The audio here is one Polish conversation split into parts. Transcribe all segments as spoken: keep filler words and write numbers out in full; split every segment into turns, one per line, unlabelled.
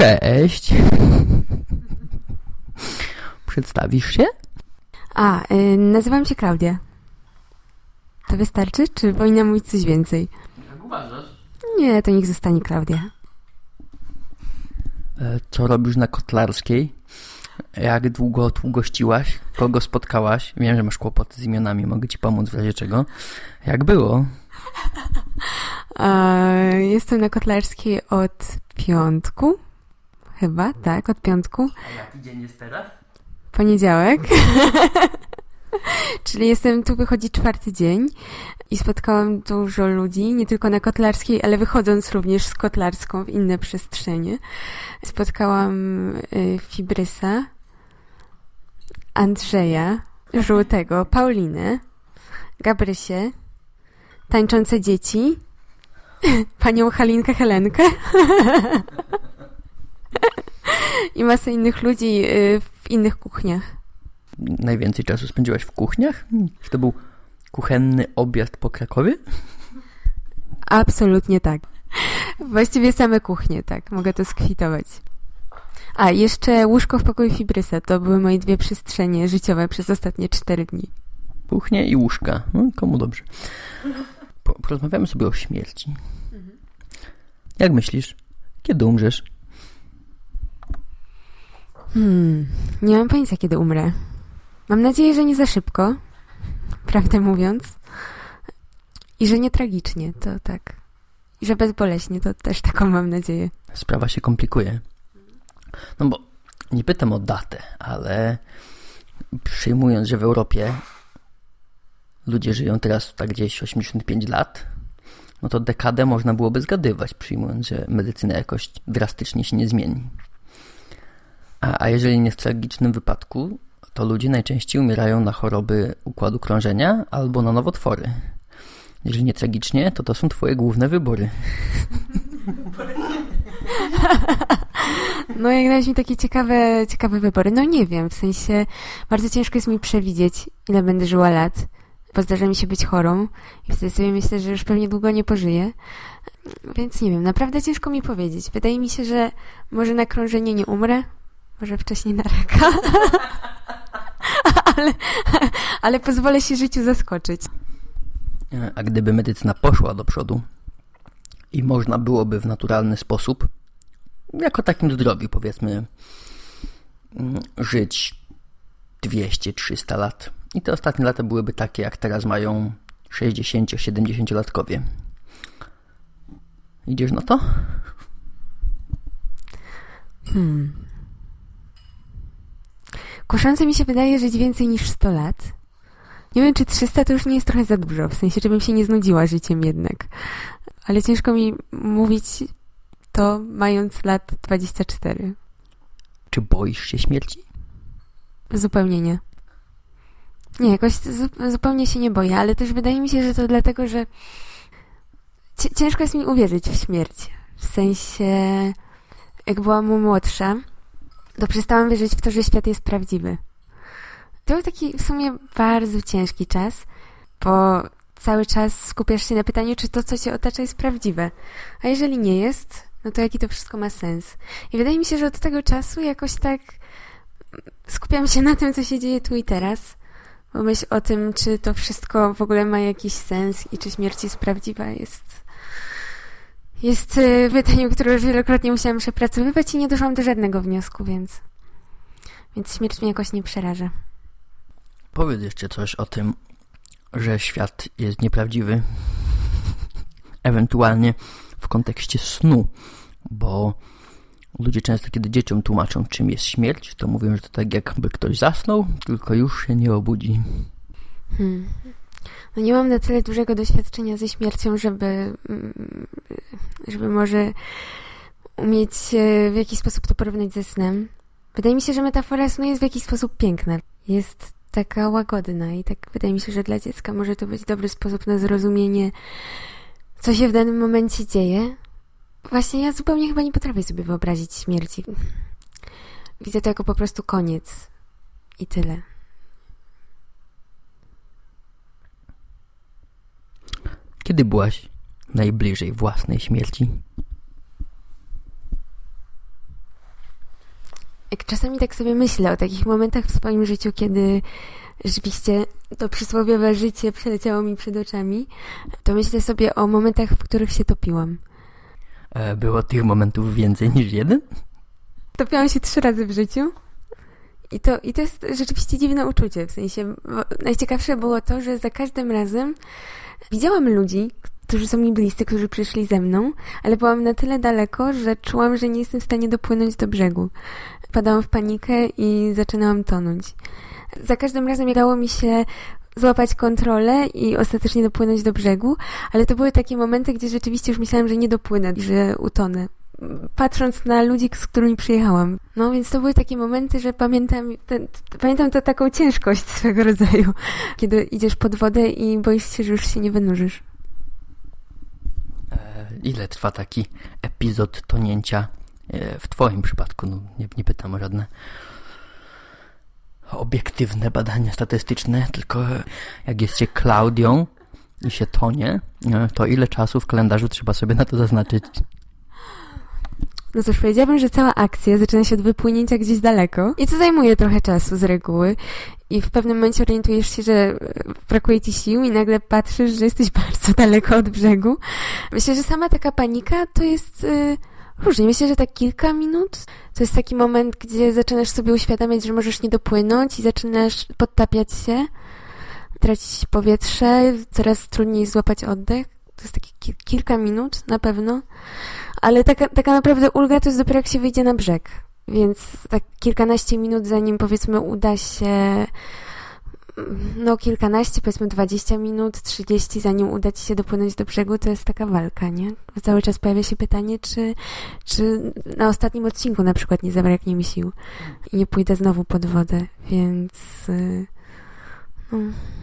Cześć. Przedstawisz się?
A, y, nazywam się Klaudia. To wystarczy, czy powinnam mówić coś więcej?
Jak uważasz?
Nie, to niech zostanie Klaudia.
E, co robisz na Kotlarskiej? Jak długo tu gościłaś? Kogo spotkałaś? Wiem, że masz kłopoty z imionami, mogę ci pomóc w razie czego. Jak było?
E, jestem na Kotlarskiej od piątku. Chyba, tak, od piątku.
A jaki dzień jest teraz?
Poniedziałek. Czyli jestem, tu wychodzi czwarty dzień i spotkałam dużo ludzi, nie tylko na Kotlarskiej, ale wychodząc również z Kotlarską w inne przestrzenie. Spotkałam y, Fibrysa, Andrzeja, Żółtego, Paulinę, Gabrysię, tańczące dzieci, panią Halinkę Helenkę i masę innych ludzi y, w innych kuchniach.
Najwięcej czasu spędziłaś w kuchniach? Czy to był kuchenny objazd po Krakowie?
Absolutnie tak. Właściwie same kuchnie, tak. Mogę to skwitować. A, jeszcze łóżko w pokoju Fibrysa. To były moje dwie przestrzenie życiowe przez ostatnie cztery dni.
Kuchnia i łóżka. No, komu dobrze. Po, porozmawiamy sobie o śmierci. Jak myślisz? Kiedy umrzesz?
Hmm, nie mam pojęcia, kiedy umrę. Mam nadzieję, że nie za szybko, prawdę mówiąc. I że nie tragicznie, to tak. I że bezboleśnie, to też taką mam nadzieję.
Sprawa się komplikuje. No bo nie pytam o datę, ale przyjmując, że w Europie ludzie żyją teraz tak gdzieś osiemdziesiąt pięć lat, no to dekadę można byłoby zgadywać, przyjmując, że medycyna jakoś drastycznie się nie zmieni. A, a jeżeli nie w tragicznym wypadku, to ludzie najczęściej umierają na choroby układu krążenia albo na nowotwory. Jeżeli nie tragicznie, to to są twoje główne wybory.
No jak dałeś mi takie ciekawe, ciekawe wybory. No nie wiem, w sensie bardzo ciężko jest mi przewidzieć, ile będę żyła lat, bo zdarza mi się być chorą i wtedy sobie myślę, że już pewnie długo nie pożyję. Więc nie wiem, naprawdę ciężko mi powiedzieć. Wydaje mi się, że może na krążenie nie umrę, może wcześniej na raka. ale, ale pozwolę się życiu zaskoczyć.
A gdyby medycyna poszła do przodu i można byłoby w naturalny sposób, jako takim zdrowiu powiedzmy, żyć dwieście trzysta lat. I te ostatnie lata byłyby takie, jak teraz mają sześćdziesięcio-siedemdziesięciolatkowie. Idziesz na to?
Hmm. Kuszące mi się wydaje żyć więcej niż sto lat. Nie wiem, czy trzysta to już nie jest trochę za dużo, w sensie, żebym się nie znudziła życiem jednak. Ale ciężko mi mówić to, mając lat dwadzieścia cztery.
Czy boisz się śmierci?
Zupełnie nie. Nie, jakoś zu- zupełnie się nie boję, ale też wydaje mi się, że to dlatego, że C- ciężko jest mi uwierzyć w śmierć. W sensie, jak byłam młodsza, to przestałam wierzyć w to, że świat jest prawdziwy. To był taki w sumie bardzo ciężki czas, bo cały czas skupiasz się na pytaniu, czy to, co cię otacza, jest prawdziwe. A jeżeli nie jest, no to jaki to wszystko ma sens. I wydaje mi się, że od tego czasu jakoś tak skupiam się na tym, co się dzieje tu i teraz. Bo myśl o tym, czy to wszystko w ogóle ma jakiś sens i czy śmierć jest prawdziwa, jest... Jest pytaniem, które już wielokrotnie musiałam przepracowywać i nie doszłam do żadnego wniosku, więc... Więc śmierć mnie jakoś nie przeraża.
Powiedz jeszcze coś o tym, że świat jest nieprawdziwy. Ewentualnie w kontekście snu, bo ludzie często, kiedy dzieciom tłumaczą, czym jest śmierć, to mówią, że to tak jakby ktoś zasnął, tylko już się nie obudzi.
Hmm. No nie mam na tyle dużego doświadczenia ze śmiercią, żeby, żeby może umieć w jakiś sposób to porównać ze snem. Wydaje mi się, że metafora snu jest w jakiś sposób piękna. Jest taka łagodna i tak wydaje mi się, że dla dziecka może to być dobry sposób na zrozumienie, co się w danym momencie dzieje. Właśnie ja zupełnie chyba nie potrafię sobie wyobrazić śmierci. Widzę to jako po prostu koniec i tyle.
Kiedy byłaś najbliżej własnej śmierci?
Jak czasami tak sobie myślę o takich momentach w swoim życiu, kiedy rzeczywiście to przysłowiowe życie przeleciało mi przed oczami, to myślę sobie o momentach, w których się topiłam.
Było tych momentów więcej niż jeden?
Topiłam się trzy razy w życiu. I to, I to jest rzeczywiście dziwne uczucie. W sensie, najciekawsze było to, że za każdym razem widziałam ludzi, którzy są mi bliscy, którzy przyszli ze mną, ale byłam na tyle daleko, że czułam, że nie jestem w stanie dopłynąć do brzegu. Wpadałam w panikę i zaczynałam tonąć. Za każdym razem udało mi się złapać kontrolę i ostatecznie dopłynąć do brzegu, ale to były takie momenty, gdzie rzeczywiście już myślałam, że nie dopłynę, że utonę. Patrząc na ludzi, z którymi przyjechałam. No więc to były takie momenty, że pamiętam, ten, pamiętam to taką ciężkość swego rodzaju, kiedy idziesz pod wodę i boisz się, że już się nie wynurzysz.
E, ile trwa taki epizod tonięcia e, w twoim przypadku? No, nie, nie pytam o żadne obiektywne badania statystyczne, tylko jak jest się Klaudią i się tonie, e, to ile czasu w kalendarzu trzeba sobie na to zaznaczyć?
No cóż, powiedziałabym, że cała akcja zaczyna się od wypłynięcia gdzieś daleko i to zajmuje trochę czasu z reguły i w pewnym momencie orientujesz się, że brakuje ci sił i nagle patrzysz, że jesteś bardzo daleko od brzegu. Myślę, że sama taka panika to jest yy, różnie. Myślę, że tak kilka minut to jest taki moment, gdzie zaczynasz sobie uświadamiać, że możesz nie dopłynąć i zaczynasz podtapiać się, tracić powietrze, coraz trudniej złapać oddech. To jest takie ki- kilka minut na pewno. Ale taka, taka naprawdę ulga to jest dopiero jak się wyjdzie na brzeg. Więc tak kilkanaście minut zanim powiedzmy uda się, no kilkanaście, powiedzmy dwadzieścia minut, trzydzieści zanim uda ci się dopłynąć do brzegu, to jest taka walka, nie? Cały czas pojawia się pytanie, czy, czy na ostatnim odcinku na przykład nie zabraknie mi sił i nie pójdę znowu pod wodę, więc... No.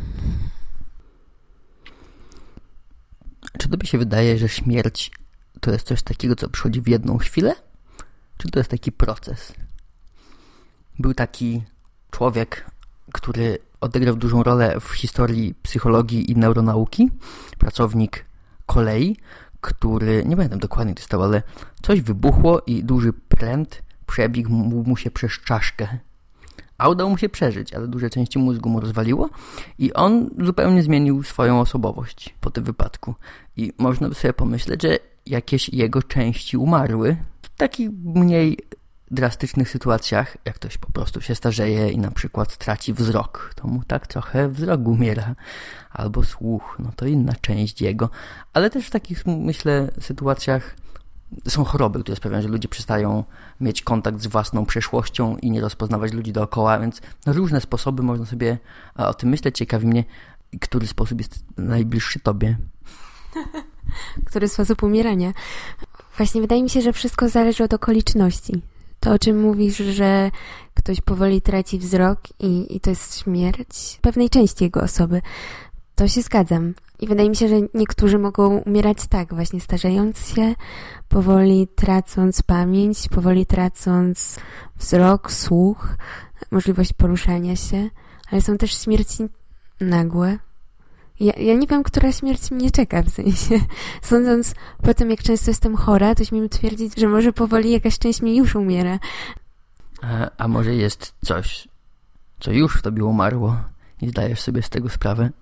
Czy tobie się wydaje, że śmierć to jest coś takiego, co przychodzi w jedną chwilę? Czy to jest taki proces? Był taki człowiek, który odegrał dużą rolę w historii psychologii i neuronauki, pracownik kolei, który, nie pamiętam dokładnie to stało, ale coś wybuchło i duży pręt przebiegł mu, mu się przez czaszkę. A udało mu się przeżyć, ale duże części mózgu mu rozwaliło i on zupełnie zmienił swoją osobowość po tym wypadku. I można by sobie pomyśleć, że jakieś jego części umarły w takich mniej drastycznych sytuacjach, jak ktoś po prostu się starzeje i na przykład traci wzrok, to mu tak trochę wzrok umiera, albo słuch, no to inna część jego. Ale też w takich, myślę, sytuacjach są choroby, które sprawiają, że ludzie przestają mieć kontakt z własną przeszłością i nie rozpoznawać ludzi dookoła, więc na różne sposoby można sobie o tym myśleć. Ciekawi mnie, który sposób jest najbliższy tobie.
Który sposób umierania? Właśnie wydaje mi się, że wszystko zależy od okoliczności. To, o czym mówisz, że ktoś powoli traci wzrok i, i to jest śmierć pewnej części jego osoby, to się zgadzam. I wydaje mi się, że niektórzy mogą umierać tak, właśnie starzejąc się, powoli tracąc pamięć, powoli tracąc wzrok, słuch, możliwość poruszania się, ale są też śmierci nagłe. Ja, ja nie wiem, która śmierć mnie czeka, w sensie, sądząc po tym, jak często jestem chora, to śmiem twierdzić, że może powoli jakaś część mnie już umiera.
A, a może jest coś, co już w tobie umarło i zdajesz sobie z tego sprawę?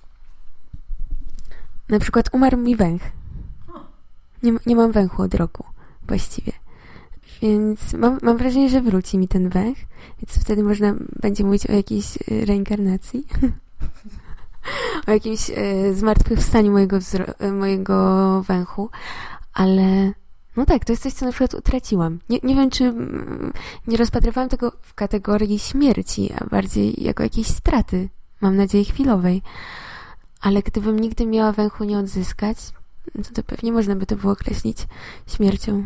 Na przykład umarł mi węch. Nie, nie mam węchu od roku, właściwie. Więc mam, mam wrażenie, że wróci mi ten węch, więc wtedy można będzie mówić o jakiejś reinkarnacji. O jakimś e, zmartwychwstaniu mojego, wzro- mojego węchu, ale no tak, to jest coś, co na przykład utraciłam. Nie, nie wiem, czy mm, nie rozpatrywałam tego w kategorii śmierci, a bardziej jako jakiejś straty, mam nadzieję chwilowej. Ale gdybym nigdy miała węchu nie odzyskać, to, to pewnie można by to było określić śmiercią.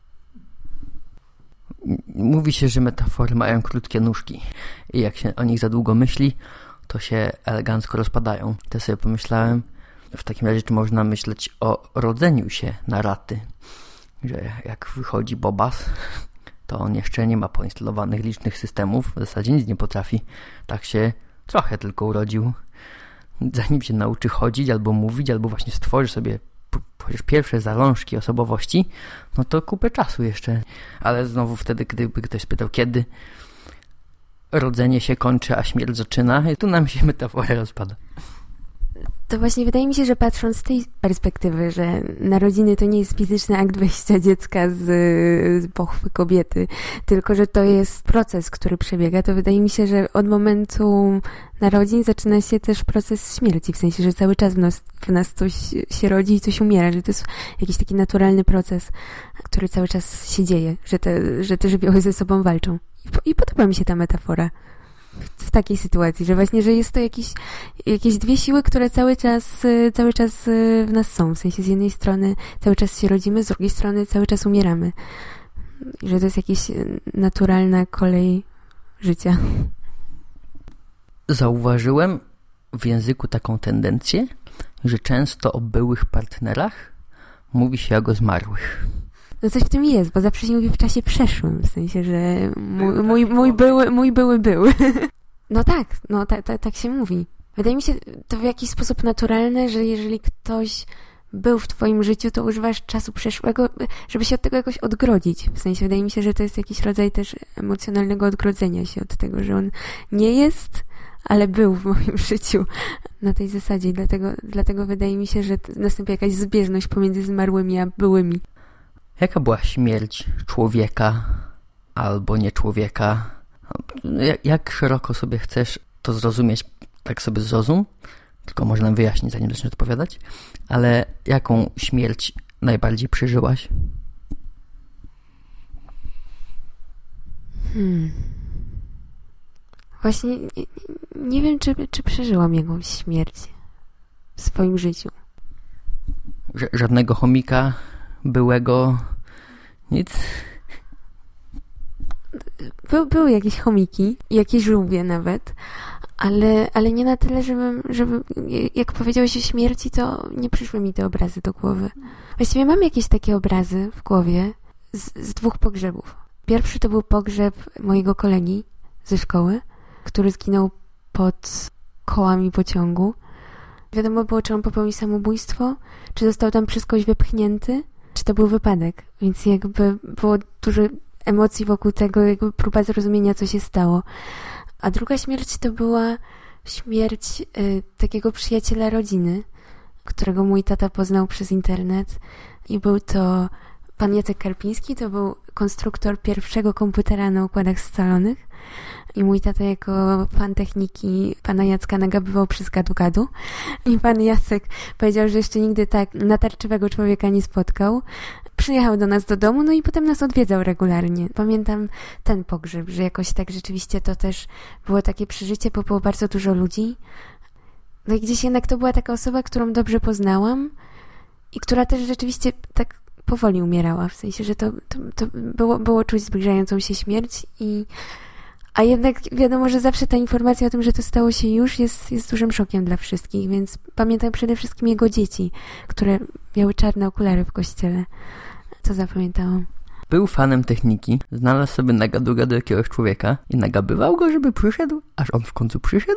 Mówi się, że metafory mają krótkie nóżki i jak się o nich za długo myśli, to się elegancko rozpadają. To sobie pomyślałem, w takim razie, czy można myśleć o rodzeniu się na raty. Że jak wychodzi Bobas, to on jeszcze nie ma poinstalowanych licznych systemów, w zasadzie nic nie potrafi. Tak się trochę tylko urodził. Zanim się nauczy chodzić, albo mówić, albo właśnie stworzy sobie p- chociaż pierwsze zalążki osobowości, no to kupę czasu jeszcze. Ale znowu wtedy, gdyby ktoś spytał, kiedy rodzenie się kończy, a śmierć zaczyna, i tu nam się metafora rozpada.
To właśnie wydaje mi się, że patrząc z tej perspektywy, że narodziny to nie jest fizyczny akt wyjścia dziecka z, z pochwy kobiety, tylko że to jest proces, który przebiega, to wydaje mi się, że od momentu narodzin zaczyna się też proces śmierci, w sensie, że cały czas w nas, w nas coś się rodzi i coś umiera, że to jest jakiś taki naturalny proces, który cały czas się dzieje, że te, że te żywioły ze sobą walczą. I, i podoba mi się ta metafora. W takiej sytuacji, że właśnie, że jest to jakieś, jakieś dwie siły, które cały czas, cały czas w nas są. W sensie z jednej strony cały czas się rodzimy, z drugiej strony cały czas umieramy. I że to jest jakaś naturalna kolej życia.
Zauważyłem w języku taką tendencję, że często o byłych partnerach mówi się jak o zmarłych.
No coś w tym jest, bo zawsze się mówi w czasie przeszłym, w sensie, że mój, mój, mój, były, mój były był. No tak, no ta, ta, tak się mówi. Wydaje mi się to w jakiś sposób naturalne, że jeżeli ktoś był w twoim życiu, to używasz czasu przeszłego, żeby się od tego jakoś odgrodzić. W sensie wydaje mi się, że to jest jakiś rodzaj też emocjonalnego odgrodzenia się od tego, że on nie jest, ale był w moim życiu na tej zasadzie. I dlatego, dlatego wydaje mi się, że następuje jakaś zbieżność pomiędzy zmarłymi a byłymi.
Jaka była śmierć człowieka albo nie człowieka? Jak szeroko sobie chcesz to zrozumieć, tak sobie zrozum, tylko może nam wyjaśnić, zanim zaczniesz odpowiadać, ale jaką śmierć najbardziej przeżyłaś? Hmm.
Właśnie nie, nie wiem, czy, czy przeżyłam jakąś śmierć w swoim życiu.
Ż- żadnego chomika byłego, nic?
By, były jakieś chomiki, jakieś żółwie nawet, ale, ale nie na tyle, żebym, żeby, jak powiedziałeś o śmierci, to nie przyszły mi te obrazy do głowy. Właściwie mam jakieś takie obrazy w głowie z, z dwóch pogrzebów. Pierwszy to był pogrzeb mojego kolegi ze szkoły, który zginął pod kołami pociągu. Wiadomo było, czy on popełnił samobójstwo, czy został tam przez kogoś wypchnięty, czy to był wypadek. Więc jakby było dużo emocji wokół tego, jakby próba zrozumienia, co się stało. A druga śmierć to była śmierć y, takiego przyjaciela rodziny, którego mój tata poznał przez internet. I był to pan Jacek Karpiński, to był konstruktor pierwszego komputera na układach scalonych. I mój tata jako fan techniki pana Jacka nagabywał przez gadu-gadu. I pan Jacek powiedział, że jeszcze nigdy tak natarczywego człowieka nie spotkał. Przyjechał do nas do domu, no i potem nas odwiedzał regularnie. Pamiętam ten pogrzeb, że jakoś tak rzeczywiście to też było takie przeżycie, bo było bardzo dużo ludzi. No i gdzieś jednak to była taka osoba, którą dobrze poznałam i która też rzeczywiście tak powoli umierała. W sensie, że to, to, to było, było czuć zbliżającą się śmierć i a jednak wiadomo, że zawsze ta informacja o tym, że to stało się już, jest, jest dużym szokiem dla wszystkich, więc pamiętam przede wszystkim jego dzieci, które miały czarne okulary w kościele. Co zapamiętałam?
Był fanem techniki, znalazł sobie na gadu do jakiegoś człowieka i nagabywał go, żeby przyszedł, aż on w końcu przyszedł?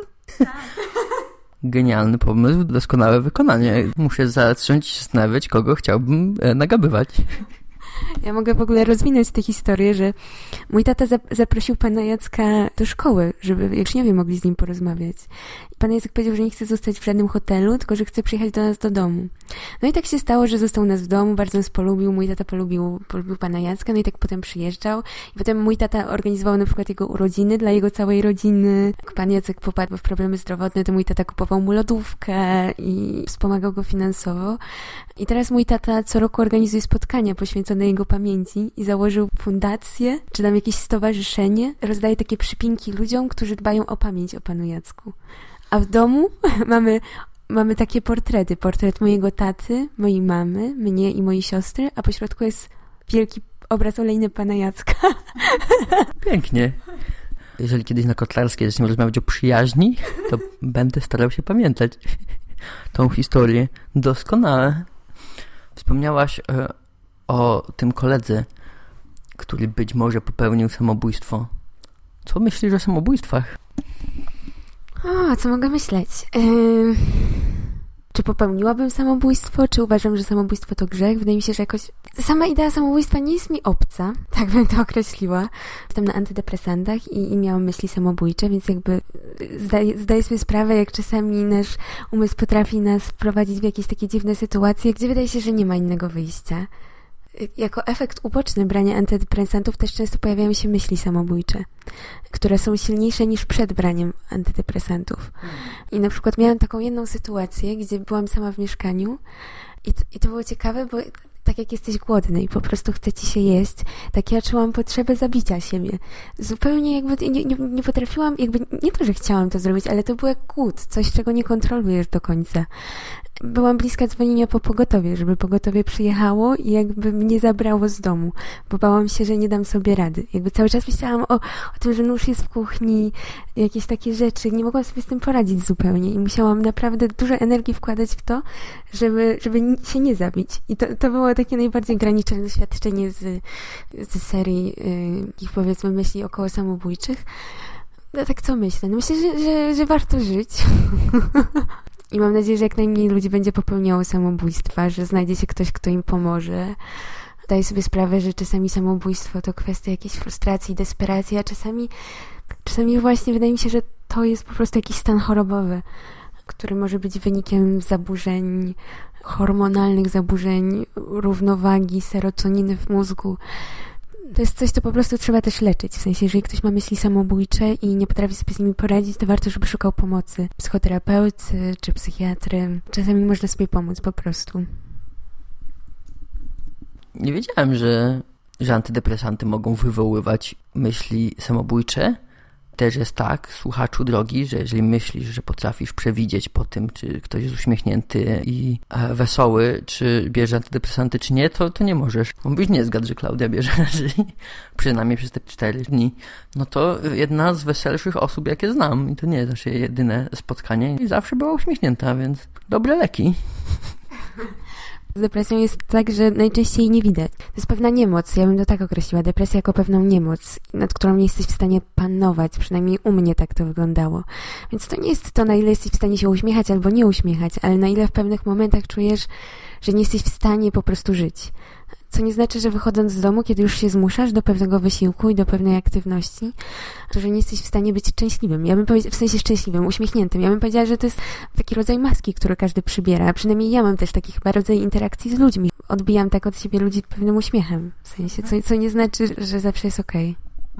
Genialny pomysł, doskonałe wykonanie. Muszę zacząć się zastanawiać, kogo chciałbym e, nagabywać.
Ja mogę w ogóle rozwinąć tę historię, że mój tata zaprosił pana Jacka do szkoły, żeby uczniowie mogli z nim porozmawiać. Pan Jacek powiedział, że nie chce zostać w żadnym hotelu, tylko że chce przyjechać do nas do domu. No i tak się stało, że został u nas w domu, bardzo nas polubił, mój tata polubił, polubił pana Jacka, no i tak potem przyjeżdżał. I potem mój tata organizował na przykład jego urodziny dla jego całej rodziny. Jak pan Jacek popadł w problemy zdrowotne, to mój tata kupował mu lodówkę i wspomagał go finansowo. I teraz mój tata co roku organizuje spotkania poświęcone jego pamięci i założył fundację, czy tam jakieś stowarzyszenie, rozdaje takie przypinki ludziom, którzy dbają o pamięć o panu Jacku. A w domu mamy, mamy takie portrety. Portret mojego taty, mojej mamy, mnie i mojej siostry, a pośrodku jest wielki obraz olejny pana Jacka.
Pięknie. Jeżeli kiedyś na Kotlarskiej zaczniemy rozmawiać o przyjaźni, to będę starał się pamiętać tą historię doskonale. Wspomniałaś e, o tym koledze, który być może popełnił samobójstwo. Co myślisz o samobójstwach?
O, co mogę myśleć? Yy... czy popełniłabym samobójstwo, czy uważam, że samobójstwo to grzech. Wydaje mi się, że jakoś sama idea samobójstwa nie jest mi obca, tak bym to określiła. Jestem na antydepresantach i, i miałam myśli samobójcze, więc jakby zdaję, zdaję sobie sprawę, jak czasami nasz umysł potrafi nas wprowadzić w jakieś takie dziwne sytuacje, gdzie wydaje się, że nie ma innego wyjścia. Jako efekt uboczny brania antydepresantów też często pojawiają się myśli samobójcze, które są silniejsze niż przed braniem antydepresantów. I na przykład miałam taką jedną sytuację, gdzie byłam sama w mieszkaniu i to, i to było ciekawe, bo tak jak jesteś głodny i po prostu chce ci się jeść, tak ja czułam potrzebę zabicia siebie. Zupełnie jakby nie, nie, nie potrafiłam, jakby nie to, że chciałam to zrobić, ale to był jak głód, coś, czego nie kontrolujesz do końca. Byłam bliska dzwonienia po pogotowie, żeby pogotowie przyjechało i jakby mnie zabrało z domu, bo bałam się, że nie dam sobie rady. Jakby cały czas myślałam o, o tym, że nóż jest w kuchni, jakieś takie rzeczy. Nie mogłam sobie z tym poradzić zupełnie i musiałam naprawdę dużo energii wkładać w to, żeby, żeby się nie zabić. I to, to było takie najbardziej graniczne doświadczenie z, z serii takich, yy, powiedzmy, myśli około samobójczych. No tak co myślę? No myślę, że, że, że warto żyć. I mam nadzieję, że jak najmniej ludzi będzie popełniało samobójstwa, że znajdzie się ktoś, kto im pomoże. Daję sobie sprawę, że czasami samobójstwo to kwestia jakiejś frustracji, desperacji, a czasami, czasami właśnie wydaje mi się, że to jest po prostu jakiś stan chorobowy, który może być wynikiem zaburzeń hormonalnych, zaburzeń równowagi, serotoniny w mózgu. To jest coś, co po prostu trzeba też leczyć. W sensie, jeżeli ktoś ma myśli samobójcze i nie potrafi sobie z nimi poradzić, to warto, żeby szukał pomocy psychoterapeuty czy psychiatry. Czasami można sobie pomóc po prostu.
Nie wiedziałem, że, że antydepresanty mogą wywoływać myśli samobójcze. Też jest tak, słuchaczu drogi, że jeżeli myślisz, że potrafisz przewidzieć po tym, czy ktoś jest uśmiechnięty i e, wesoły, czy bierze antydepresanty, czy nie, to, to nie możesz. On byś nie zgadł, że Klaudia bierze raczej, przynajmniej przez te cztery dni. No to jedna z weselszych osób, jakie znam. I to nie jest nasze jedyne spotkanie. I zawsze była uśmiechnięta, więc dobre leki.
Z depresją jest tak, że najczęściej nie widać. To jest pewna niemoc, ja bym to tak określiła, depresja jako pewną niemoc, nad którą nie jesteś w stanie panować, przynajmniej u mnie tak to wyglądało. Więc to nie jest to, na ile jesteś w stanie się uśmiechać albo nie uśmiechać, ale na ile w pewnych momentach czujesz, że nie jesteś w stanie po prostu żyć. Co nie znaczy, że wychodząc z domu, kiedy już się zmuszasz do pewnego wysiłku i do pewnej aktywności, to że nie jesteś w stanie być szczęśliwym. Ja bym powiedziała, w sensie szczęśliwym, uśmiechniętym. Ja bym powiedziała, że to jest taki rodzaj maski, który każdy przybiera. Przynajmniej ja mam też taki chyba rodzaj interakcji z ludźmi. Odbijam tak od siebie ludzi pewnym uśmiechem. W sensie, co, co nie znaczy, że zawsze jest okej.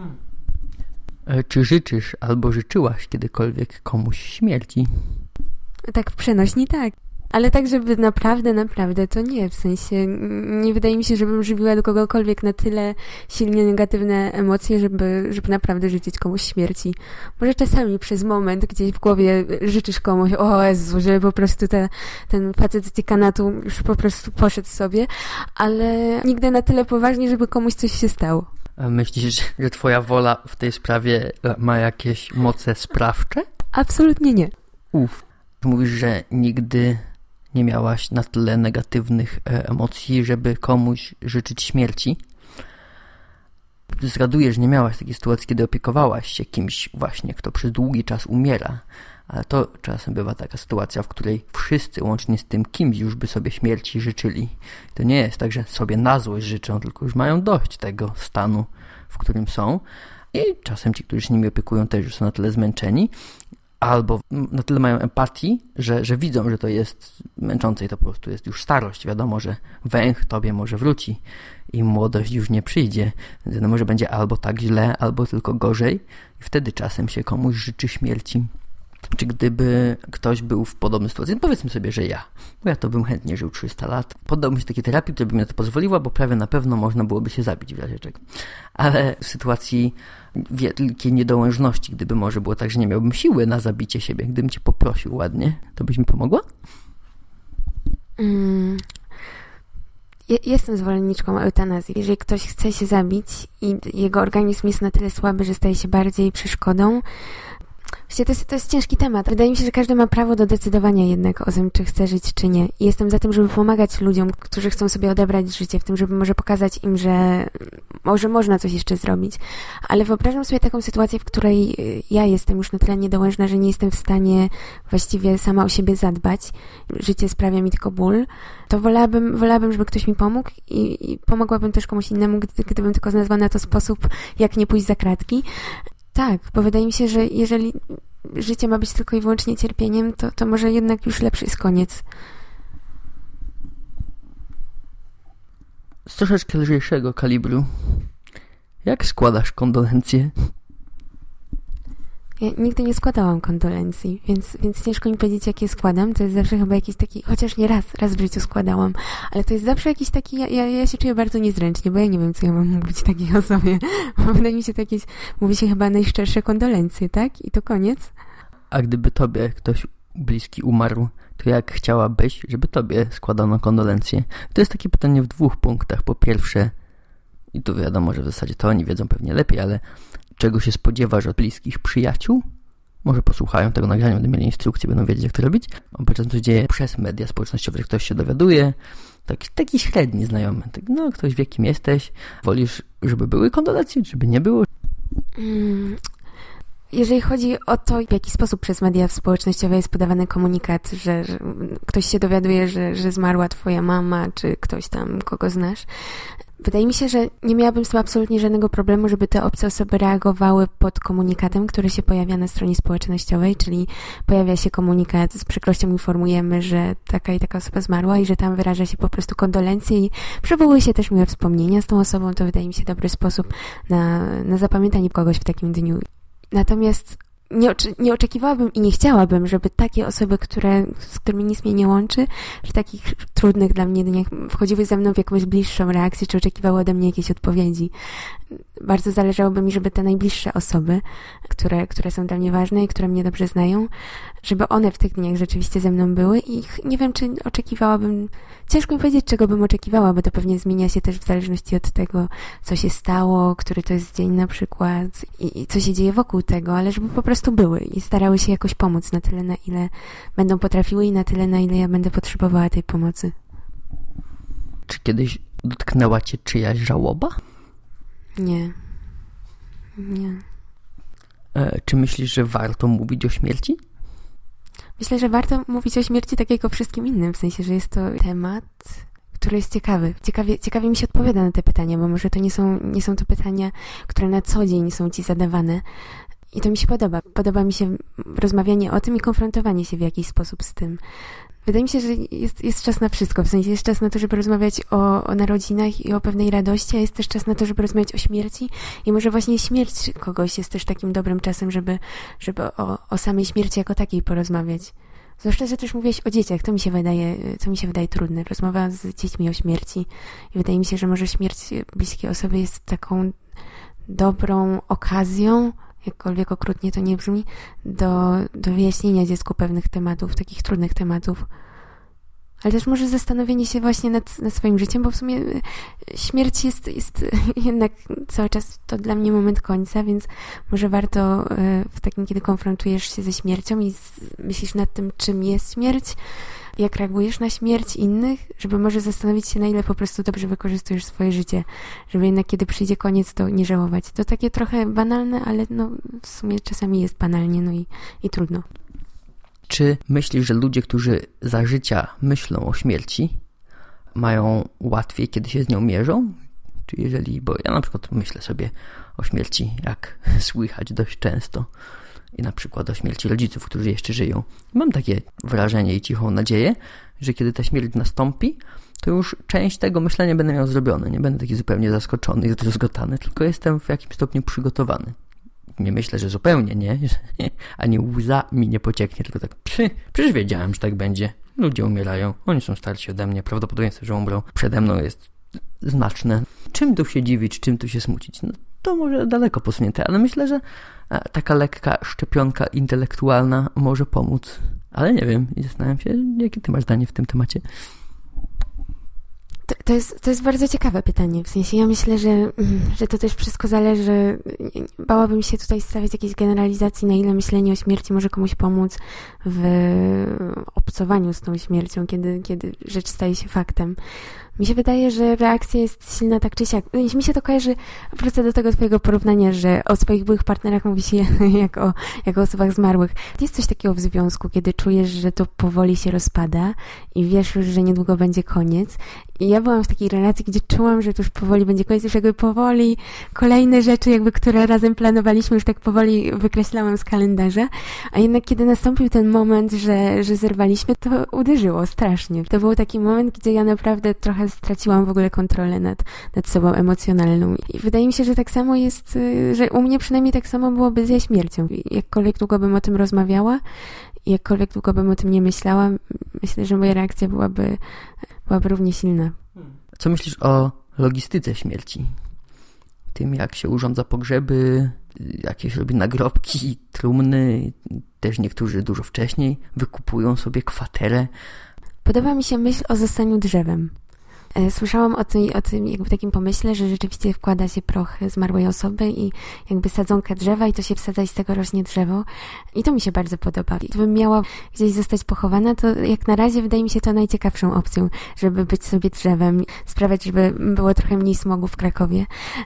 Okay. Czy życzysz albo życzyłaś kiedykolwiek komuś śmierci?
Tak w przenośni tak. Ale tak, żeby naprawdę, naprawdę, to nie. W sensie nie wydaje mi się, żebym żywiła do kogokolwiek na tyle silnie negatywne emocje, żeby, żeby naprawdę życzyć komuś śmierci. Może czasami przez moment gdzieś w głowie życzysz komuś, o Jezu, żeby po prostu te, ten facet z dziekanatu już po prostu poszedł sobie, ale nigdy na tyle poważnie, żeby komuś coś się stało.
A myślisz, że twoja wola w tej sprawie ma jakieś moce sprawcze?
Absolutnie nie.
Uf. Mówisz, że nigdy nie miałaś na tyle negatywnych e, emocji, żeby komuś życzyć śmierci. Zgaduję, że nie miałaś takiej sytuacji, kiedy opiekowałaś się kimś właśnie, kto przez długi czas umiera. Ale to czasem bywa taka sytuacja, w której wszyscy, łącznie z tym kimś, już by sobie śmierci życzyli. To nie jest tak, że sobie na złość życzą, tylko już mają dość tego stanu, w którym są. I czasem ci, którzy się nimi opiekują, też już są na tyle zmęczeni, albo na tyle mają empatii, że, że widzą, że to jest męczące i to po prostu jest już starość. Wiadomo, że węch tobie może wróci i młodość już nie przyjdzie. Więc no może będzie albo tak źle, albo tylko gorzej i wtedy czasem się komuś życzy śmierci. Czy gdyby ktoś był w podobnej sytuacji, no powiedzmy sobie, że ja, bo ja to bym chętnie żył trzysta lat, poddałbym się takiej terapii, która by mi na to pozwoliła, bo prawie na pewno można byłoby się zabić w razie czego. Ale w sytuacji wielkiej niedołężności, gdyby może było tak, że nie miałbym siły na zabicie siebie, gdybym cię poprosił ładnie, to byś mi pomogła?
Mm. Jestem zwolenniczką eutanazji. Jeżeli ktoś chce się zabić i jego organizm jest na tyle słaby, że staje się bardziej przeszkodą, Właściwie to jest, to jest ciężki temat. Wydaje mi się, że każdy ma prawo do decydowania jednak o tym, czy chce żyć, czy nie. I jestem za tym, żeby pomagać ludziom, którzy chcą sobie odebrać życie, w tym, żeby może pokazać im, że może można coś jeszcze zrobić. Ale wyobrażam sobie taką sytuację, w której ja jestem już na tyle niedołężna, że nie jestem w stanie właściwie sama o siebie zadbać. Życie sprawia mi tylko ból. To wolałabym, wolałabym żeby ktoś mi pomógł i, i pomogłabym też komuś innemu, gdy, gdybym tylko znalazła na to sposób, jak nie pójść za kratki. Tak, bo wydaje mi się, że jeżeli życie ma być tylko i wyłącznie cierpieniem, to, to może jednak już lepszy jest koniec.
Z troszeczkę lżejszego kalibru. Jak składasz kondolencje?
Ja nigdy nie składałam kondolencji, więc, więc ciężko mi powiedzieć, jak je składam. To jest zawsze chyba jakiś taki, chociaż nie raz, raz w życiu składałam, ale to jest zawsze jakiś taki, ja, ja, ja się czuję bardzo niezręcznie, bo ja nie wiem, co ja mam mówić takiej osobie. Wydaje mi się, to jakieś, mówi się chyba najszczersze kondolencje, tak? I to koniec.
A gdyby tobie ktoś bliski umarł, to jak chciałabyś, żeby tobie składano kondolencje? To jest takie pytanie w dwóch punktach. Po pierwsze, i tu wiadomo, że w zasadzie to oni wiedzą pewnie lepiej, ale czego się spodziewasz od bliskich przyjaciół? Może posłuchają tego nagrania, będą mieli instrukcje, będą wiedzieć, jak to robić. Bo czasem to dzieje przez media społecznościowe, że ktoś się dowiaduje, taki, taki średni znajomy. Tak, no, ktoś wie, kim jesteś. Wolisz, żeby były kondolencje, żeby nie było?
Mm. Jeżeli chodzi o to, w jaki sposób przez media społecznościowe jest podawany komunikat, że, że ktoś się dowiaduje, że, że zmarła twoja mama, czy ktoś tam, kogo znasz, wydaje mi się, że nie miałabym z tym absolutnie żadnego problemu, żeby te obce osoby reagowały pod komunikatem, który się pojawia na stronie społecznościowej, czyli pojawia się komunikat, z przykrością informujemy, że taka i taka osoba zmarła i że tam wyraża się po prostu kondolencje i przywołuje się też miłe wspomnienia z tą osobą. To wydaje mi się dobry sposób na, na zapamiętanie kogoś w takim dniu. Natomiast nie, oczy, nie oczekiwałabym i nie chciałabym, żeby takie osoby, które, z którymi nic mnie nie łączy, w takich trudnych dla mnie dniach wchodziły ze mną w jakąś bliższą reakcję, czy oczekiwały ode mnie jakieś odpowiedzi. Bardzo zależałoby mi, żeby te najbliższe osoby, które, które są dla mnie ważne i które mnie dobrze znają, żeby one w tych dniach rzeczywiście ze mną były i nie wiem, czy oczekiwałabym, ciężko mi powiedzieć, czego bym oczekiwała, bo to pewnie zmienia się też w zależności od tego, co się stało, który to jest dzień na przykład i, i co się dzieje wokół tego, ale żeby po prostu były i starały się jakoś pomóc na tyle, na ile będą potrafiły i na tyle, na ile ja będę potrzebowała tej pomocy.
Czy kiedyś dotknęła cię czyjaś żałoba?
Nie. Nie.
E, czy myślisz, że warto mówić o śmierci?
Myślę, że warto mówić o śmierci tak jak o wszystkim innym, w sensie, że jest to temat, który jest ciekawy. Ciekawie, ciekawie mi się odpowiada na te pytania, bo może to nie są, nie są to pytania, które na co dzień są ci zadawane. I to mi się podoba. Podoba mi się rozmawianie o tym i konfrontowanie się w jakiś sposób z tym. Wydaje mi się, że jest, jest czas na wszystko. W sensie jest czas na to, żeby rozmawiać o, o narodzinach i o pewnej radości, a jest też czas na to, żeby rozmawiać o śmierci. I może właśnie śmierć kogoś jest też takim dobrym czasem, żeby, żeby o, o samej śmierci jako takiej porozmawiać. Zwłaszcza, że też mówiłeś o dzieciach. To mi się wydaje, to mi się wydaje trudne. Rozmowa z dziećmi o śmierci. I wydaje mi się, że może śmierć bliskiej osoby jest taką dobrą okazją, jakkolwiek okrutnie to nie brzmi, do, do wyjaśnienia dziecku pewnych tematów, takich trudnych tematów. Ale też może zastanowienie się właśnie nad, nad swoim życiem, bo w sumie śmierć jest, jest jednak cały czas to dla mnie moment końca, więc może warto w takim, kiedy konfrontujesz się ze śmiercią i myślisz nad tym, czym jest śmierć, jak reagujesz na śmierć innych, żeby może zastanowić się, na ile po prostu dobrze wykorzystujesz swoje życie, żeby jednak kiedy przyjdzie koniec, to nie żałować. To takie trochę banalne, ale no w sumie czasami jest banalnie, no i, i trudno.
Czy myślisz, że ludzie, którzy za życia myślą o śmierci, mają łatwiej, kiedy się z nią mierzą? Czy jeżeli, bo ja na przykład myślę sobie o śmierci, jak słychać dość często, i na przykład o śmierci rodziców, którzy jeszcze żyją. Mam takie wrażenie i cichą nadzieję, że kiedy ta śmierć nastąpi, to już część tego myślenia będę miał zrobione. Nie będę taki zupełnie zaskoczony i zdruzgotany, tylko jestem w jakimś stopniu przygotowany. Nie myślę, że zupełnie nie, ani łza mi nie pocieknie, tylko tak, przy, przecież wiedziałem, że tak będzie. Ludzie umierają, oni są starsi ode mnie, prawdopodobieństwo, że umrą przede mną jest znaczne. Czym tu się dziwić, czym tu się smucić? No to może daleko posunięte, ale myślę, że taka lekka szczepionka intelektualna może pomóc. Ale nie wiem i zastanawiam się, jakie ty masz zdanie w tym temacie.
To jest, to jest bardzo ciekawe pytanie. W sensie ja myślę, że, że to też wszystko zależy. Bałabym się tutaj stawiać jakiejś generalizacji, na ile myślenie o śmierci może komuś pomóc w obcowaniu z tą śmiercią, kiedy, kiedy rzecz staje się faktem. Mi się wydaje, że reakcja jest silna tak czy siak. Mi się to kojarzy, wrócę do tego twojego porównania, że o swoich byłych partnerach mówi się jak o, jak o osobach zmarłych. Jest coś takiego w związku, kiedy czujesz, że to powoli się rozpada i wiesz już, że niedługo będzie koniec. I ja byłam w takiej relacji, gdzie czułam, że to już powoli będzie koniec, już jakby powoli kolejne rzeczy, jakby które razem planowaliśmy, już tak powoli wykreślałam z kalendarza. A jednak kiedy nastąpił ten moment, że, że zerwaliśmy, to uderzyło strasznie. To był taki moment, gdzie ja naprawdę trochę straciłam w ogóle kontrolę nad, nad sobą emocjonalną. I wydaje mi się, że tak samo jest, że u mnie przynajmniej tak samo byłoby ze śmiercią. Jakkolwiek długo bym o tym rozmawiała, jakkolwiek długo bym o tym nie myślała, myślę, że moja reakcja byłaby, byłaby równie silna.
Co myślisz o logistyce śmierci? Tym, jak się urządza pogrzeby, jakieś robi nagrobki, trumny, też niektórzy dużo wcześniej wykupują sobie kwaterę.
Podoba mi się myśl o zostaniu drzewem. Słyszałam o tym, o tym jakby takim pomyśle, że rzeczywiście wkłada się proch zmarłej osoby i jakby sadzonkę drzewa i to się wsadza i z tego rośnie drzewo. I to mi się bardzo podoba. Gdybym miała gdzieś zostać pochowana, to jak na razie wydaje mi się to najciekawszą opcją, żeby być sobie drzewem, sprawiać, żeby było trochę mniej smogu w Krakowie.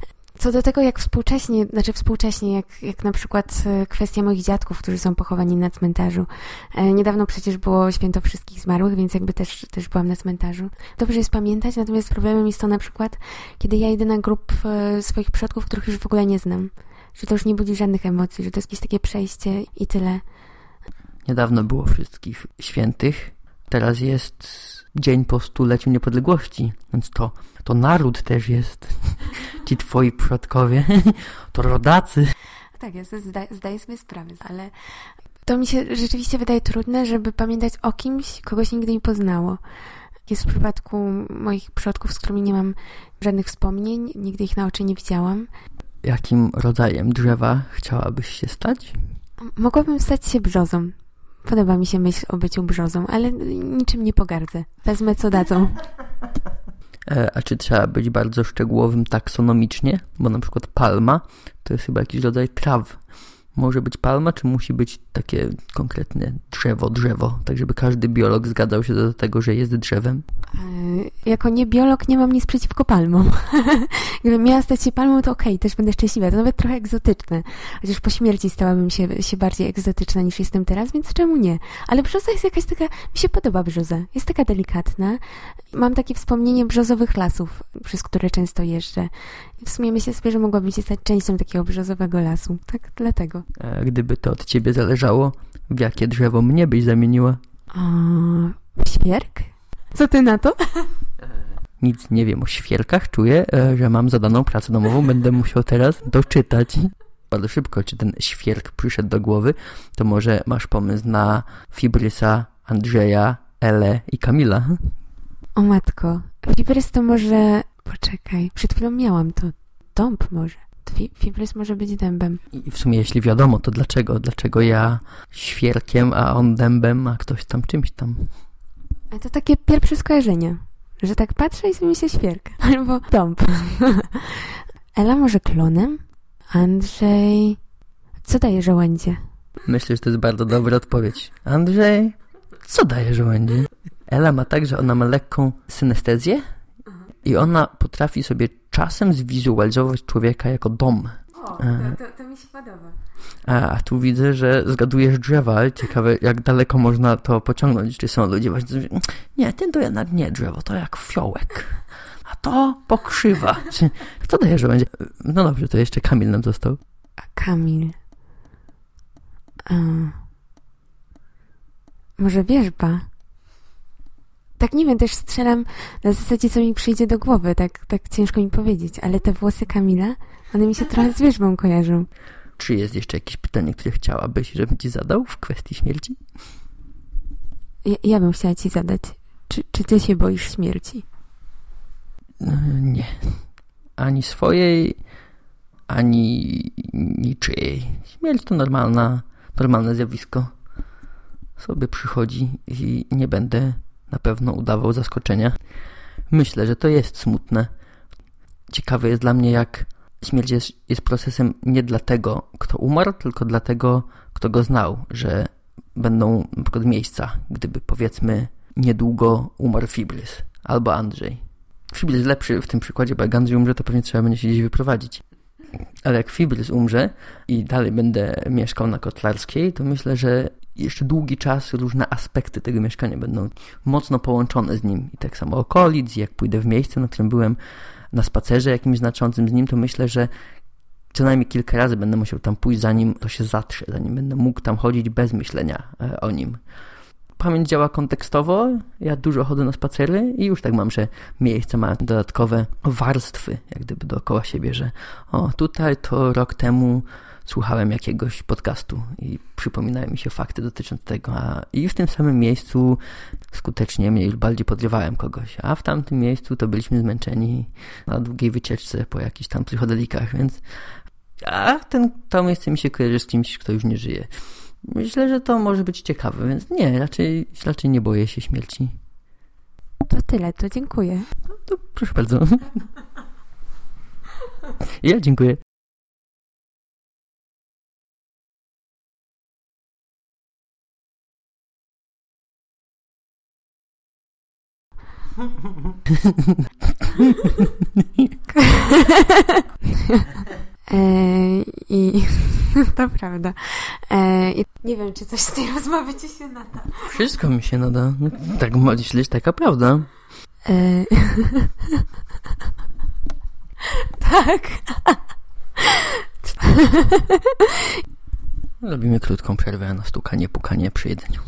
Co do tego, jak współcześnie, znaczy współcześnie, jak, jak na przykład kwestia moich dziadków, którzy są pochowani na cmentarzu. E, niedawno przecież było Święto Wszystkich Zmarłych, więc jakby też, też byłam na cmentarzu. Dobrze jest pamiętać, natomiast problemem jest to na przykład, kiedy ja idę na grób e, swoich przodków, których już w ogóle nie znam. Że to już nie budzi żadnych emocji, że to jest jakieś takie przejście i tyle.
Niedawno było Wszystkich Świętych, teraz jest dzień po stuleciu niepodległości, więc to, to naród też jest. Ci twoi przodkowie, to rodacy. Tak,
ja sobie zda, zdaję sobie sprawę, ale to mi się rzeczywiście wydaje trudne, żeby pamiętać o kimś, kogoś nigdy nie poznało. Jest w przypadku moich przodków, z którymi nie mam żadnych wspomnień, nigdy ich na oczy nie widziałam.
Jakim rodzajem drzewa chciałabyś się stać?
Mogłabym stać się brzozą. Podoba mi się myśl o byciu brzozą, ale niczym nie pogardzę. Wezmę, co dadzą.
A czy trzeba być bardzo szczegółowym taksonomicznie? Bo na przykład palma to jest chyba jakiś rodzaj traw. Może być palma, czy musi być takie konkretne drzewo, drzewo, tak żeby każdy biolog zgadzał się do tego, że jest drzewem?
Jako nie biolog nie mam nic przeciwko palmom. Gdybym miała stać się palmą, to okej, okay, też będę szczęśliwa. To nawet trochę egzotyczne. Chociaż po śmierci stałabym się, się bardziej egzotyczna niż jestem teraz, więc czemu nie? Ale brzoza jest jakaś taka, mi się podoba brzoza. Jest taka delikatna. Mam takie wspomnienie brzozowych lasów, przez które często jeżdżę. W sumie myślę sobie, że mogłabym się stać częścią takiego brzozowego lasu. Tak, dlatego.
A gdyby to od ciebie zależało, w jakie drzewo mnie byś zamieniła?
O, świerk? Co ty na to?
Nic nie wiem o świerkach. Czuję, że mam zadaną pracę domową. Będę musiał teraz doczytać. Bardzo szybko, czy ten świerk przyszedł do głowy, to może masz pomysł na Fibrysa, Andrzeja, Elę i Kamila?
O matko. Fibrys to może... Poczekaj, przed chwilą miałam to. Dąb może. Fibrys może być dębem.
I w sumie jeśli wiadomo, to dlaczego? Dlaczego ja świerkiem, a on dębem, a ktoś tam czymś tam?
A to takie pierwsze skojarzenie. Że tak patrzę i sobie myślę świerk. Albo dąb. Ela może klonem? Andrzej... Co daje żołędzie?
Myślę, że to jest bardzo dobra odpowiedź. Andrzej... Co daje żołędzie? Ela ma tak, że ona ma lekką synestezję i ona potrafi sobie czasem zwizualizować człowieka jako dom.
O, to, to, to mi się podoba.
A, a tu widzę, że zgadujesz drzewa. Ciekawe, jak daleko można to pociągnąć. Czy są ludzie właśnie... Nie, ten to jednak nie drzewo, to jak fiołek. A to pokrzywa. Kto daje, że będzie? No dobrze, to jeszcze Kamil nam został.
A Kamil... A... Może wierzba? Tak nie wiem, też strzelam na zasadzie, co mi przyjdzie do głowy. Tak, tak ciężko mi powiedzieć. Ale te włosy Kamila, one mi się trochę z wierzbą kojarzą.
Czy jest jeszcze jakieś pytanie, które chciałabyś, żebym ci zadał w kwestii śmierci?
Ja, ja bym chciała ci zadać. Czy, czy ty się boisz śmierci?
Nie. Ani swojej, ani niczyjej. Śmierć to normalna, normalne zjawisko. Sobie przychodzi i nie będę na pewno udawał zaskoczenia. Myślę, że to jest smutne. Ciekawe jest dla mnie, jak śmierć jest, jest procesem nie dla tego, kto umarł, tylko dla tego, kto go znał, że będą na przykład miejsca, gdyby powiedzmy niedługo umarł Fibrys albo Andrzej. Fibrys jest lepszy w tym przykładzie, bo jak Andrzej umrze, to pewnie trzeba będzie się gdzieś wyprowadzić. Ale jak Fibrys umrze i dalej będę mieszkał na Kotlarskiej, to myślę, że jeszcze długi czas różne aspekty tego mieszkania będą mocno połączone z nim. I tak samo okolic, jak pójdę w miejsce, na którym byłem na spacerze jakimś znaczącym z nim, to myślę, że co najmniej kilka razy będę musiał tam pójść, zanim to się zatrze, zanim będę mógł tam chodzić bez myślenia o nim. Pamięć działa kontekstowo, ja dużo chodzę na spacery i już tak mam, że miejsce ma dodatkowe warstwy, jak gdyby dookoła siebie, że o, tutaj to rok temu słuchałem jakiegoś podcastu i przypominają mi się fakty dotyczące tego, a i w tym samym miejscu skutecznie mniej lub bardziej podrywałem kogoś, a w tamtym miejscu to byliśmy zmęczeni na długiej wycieczce po jakichś tam psychodelikach, więc a ten, to miejsce mi się kojarzy z kimś, kto już nie żyje. Myślę, że to może być ciekawe, więc nie, raczej, raczej nie boję się śmierci.
To tyle, to dziękuję.
No to proszę bardzo. Ja dziękuję.
Eee, I to prawda. Eee, nie wiem, czy coś z tej rozmowy ci się nada.
Wszystko mi się nada. Tak myślisz, taka prawda.
Eee, tak.
Robimy krótką przerwę na stukanie, pukanie przy jedzeniu.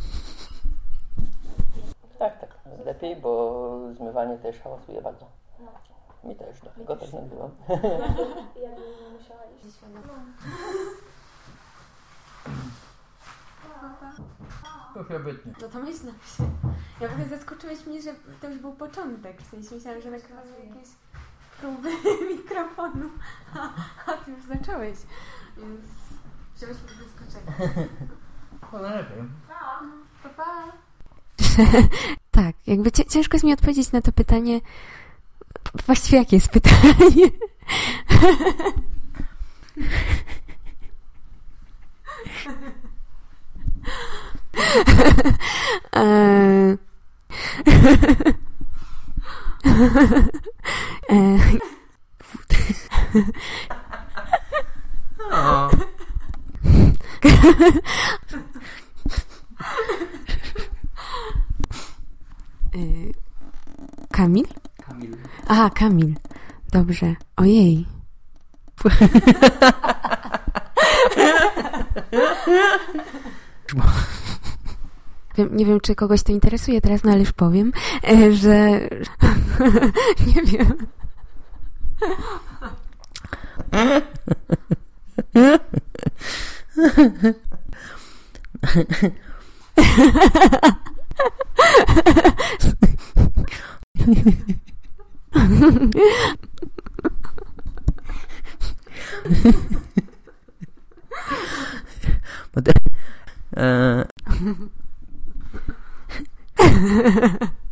Tak, tak. Lepiej, bo zmywanie też hałasuje bardzo. Mi też, dlatego tak nagrywam.
Ja bym nie musiała iść na
Proszę obecnie.
No to myślę się. Ja w ogóle zaskoczyłeś mnie, że to już był początek. W sensie myślałam, że nagrywamy jakieś próby mikrofonu, a, a ty już zacząłeś. Więc wziąłeś mnie zaskoczenie.
No lepiej.
Pa, pa. Tak, jakby ciężko jest mi odpowiedzieć na to pytanie. Właściwie jakie jest pytanie? eee... eee... eee... Kamil?
Kamil.
Aha, Kamil. Dobrze. Ojej. Wiem, nie wiem, czy kogoś to interesuje teraz, no ale już powiem, że... nie wiem.
But, uh,